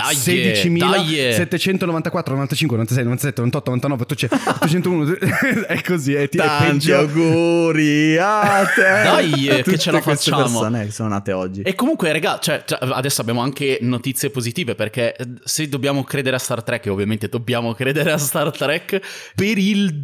16.794 95 96 97 98 99 801 è così, è tanti auguri a te. Dai, che ce la facciamo. Persone che sono nate oggi. E comunque, raga, cioè, adesso abbiamo anche notizie positive, perché se dobbiamo credere a Star Trek, e ovviamente dobbiamo credere a Star Trek, per il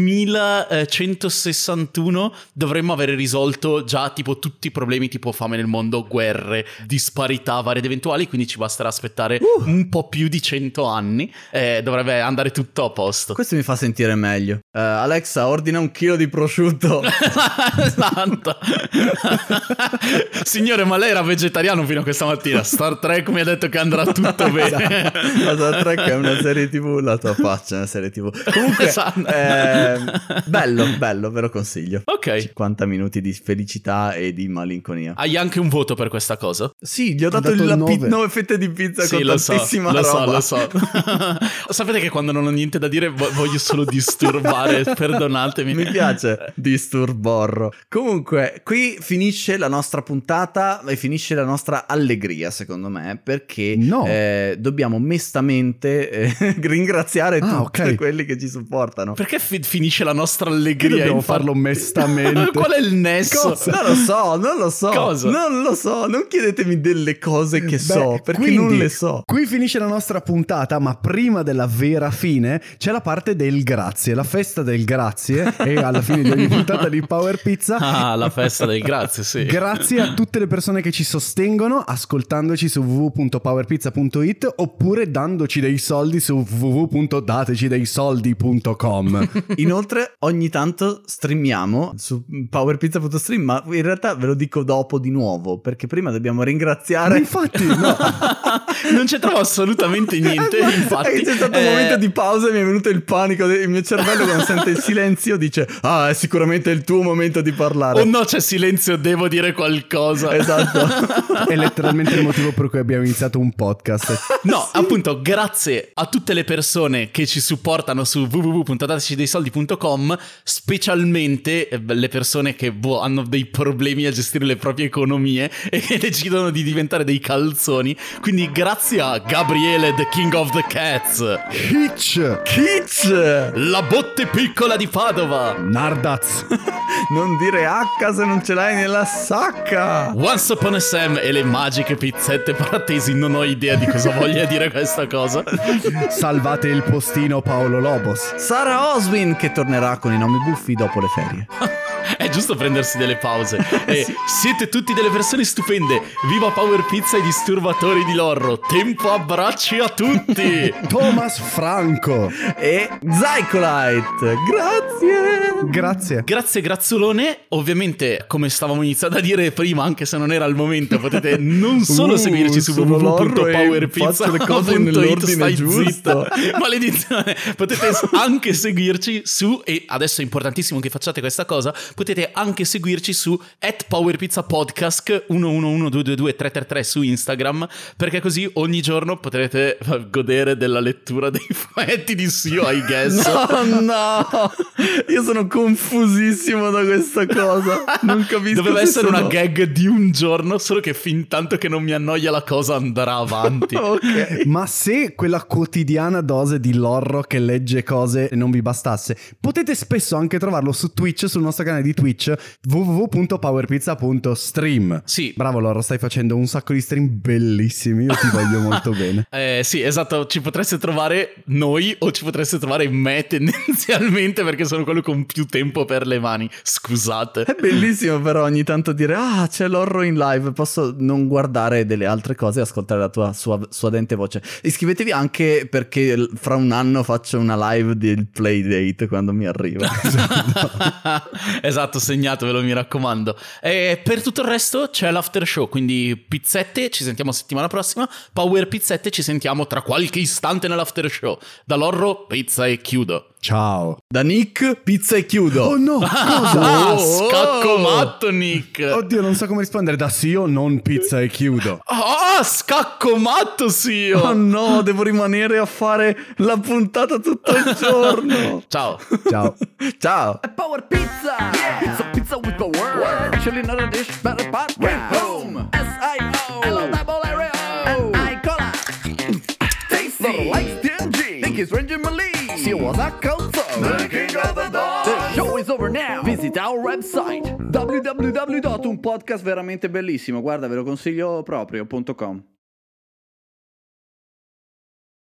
2161 dovremmo avere risolto già tipo tutti i problemi tipo fame nel mondo, guerre, disparità varie ed eventuali, quindi ci basterà aspettare un po' più di 100 anni e dovrebbe andare tutto a posto. Questo mi fa sentire meglio. Alexa, ordina 1 chilo di prosciutto. Esatto. Signore, ma lei era vegetariano fino a questa mattina. Star Trek mi ha detto che andrà tutto bene. Star Trek è una serie TV, la tua faccia è una serie TV. Comunque, Esatto. bello, ve lo consiglio. Ok. 50 minuti di felicità e di malinconia. Hai anche un voto per questa cosa? Sì, gli ho dato 9 fette di pizza con tantissima roba. Lo so. Sapete che quando non ho niente da dire voglio solo disturbare, perdonatemi. Mi piace disturborro. Comunque, qui finisce la nostra puntata e finisce la nostra allegria, secondo me, perché dobbiamo mestamente ringraziare tutti quelli che ci supportano. Perché finisce la nostra allegria? Che dobbiamo farlo mestamente? Qual è il nesso? Cosa? Non lo so. Cosa? Non lo so, non chiedetemi delle cose che so, perché quindi, non le so. Qui finisce la nostra puntata, ma prima della vera fine c'è la parte del grazie, la festa del grazie e alla fine di ogni puntata di Power Pizza. Ah, la festa del grazie, sì. Grazie a tutte le persone che ci sostengono ascoltandoci su www.powerpizza.it oppure dandoci dei soldi su www.datecideisoldi.com. Inoltre ogni tanto streamiamo su powerpizza.stream, ma in realtà ve lo dico dopo di nuovo, perché prima dobbiamo ringraziare. Infatti, no. Non c'entrava assolutamente niente, infatti. C'è stato un momento di pausa e mi è venuto il panico, il mio cervello quando sente il silenzio dice ah, è sicuramente il tuo momento di parlare. Oh no, c'è silenzio, devo dire qualcosa. Esatto. È letteralmente il motivo per cui abbiamo iniziato un podcast. No, sì. Appunto, grazie a tutte le persone che ci supportano su www.datecideisoldi.com, specialmente le persone che hanno dei problemi a gestire le proprie economie e che decidono di diventare dei calzoni. Quindi grazie a Gabriele, the King of the Cats, Kitsch, la botte piccola di Padova, Nardaz, non dire H se non ce l'hai nella sacca, Once Upon a Sam e le magiche pizzette paratesi. Non ho idea di cosa voglia dire questa cosa. Salvate il postino Paolo Lobos, Sara Oswin che tornerà con i nomi buffi dopo le ferie. È giusto prendersi delle pause. E siete tutti delle persone stupende. Viva Power Pizza e disturbatori di Lorro. Tempo abbracci a tutti. Thomas Franco e Zycolite. Grazie Grazzolone. Ovviamente, come stavamo iniziando a dire prima, anche se non era il momento, potete non solo seguirci su www.powerpizza.it. Stai giusto. Maledizione. Potete anche seguirci su, e adesso è importantissimo che facciate questa cosa, potete anche seguirci su @powerpizzapodcast 111222333 su Instagram, perché così ogni giorno potrete godere della lettura dei fumetti di Sio, I guess. No, io sono confusissimo da questa cosa. Non capisco. Doveva essere una gag di un giorno, solo che fin tanto che non mi annoia la cosa andrà avanti. Ok. Ma se quella quotidiana dose di Lorro che legge cose non vi bastasse, potete spesso anche trovarlo su Twitch, sul nostro canale di Twitch, www.powerpizza.stream. Sì. Bravo Lorro, stai facendo un sacco di stream bellissimi, io ti voglio molto bene. Sì, esatto, ci potreste trovare noi o ci potreste trovare me tendenzialmente, perché sono quello con più tempo per le mani. Scusate. È bellissimo però ogni tanto dire ah, c'è Lorro in live, posso non guardare delle altre cose e ascoltare la tua suadente voce. Iscrivetevi anche perché fra un anno faccio una live del Playdate quando mi arriva. Esatto, segnatevelo, mi raccomando. E per tutto il resto c'è l'after show, quindi pizzette, ci sentiamo settimana prossima. Power Pizzette, ci sentiamo tra qualche istante nell'after show. Da Lorro, pizza e chiudo. Ciao. Da Nick, pizza e chiudo. Oh no, cosa? Scacco matto, Nick. Oddio, non so come rispondere. Da Sio, non pizza e chiudo. Scacco matto, Sio. Oh no, devo rimanere a fare la puntata tutto il giorno. Ciao. Ciao. Ciao. Power Pizza! Yeah. Pizza with power! Actually not a dish, but a pot with home! S-I-O! L-O-R-R-O! And I-Cola! Tasty! Like stingy! Think it's Ranger Malee! See was a calzo! The king of the dog! The show is over now! Visit our website! www.unpodcastveramente bellissimo, guarda, ve lo consiglio proprio.com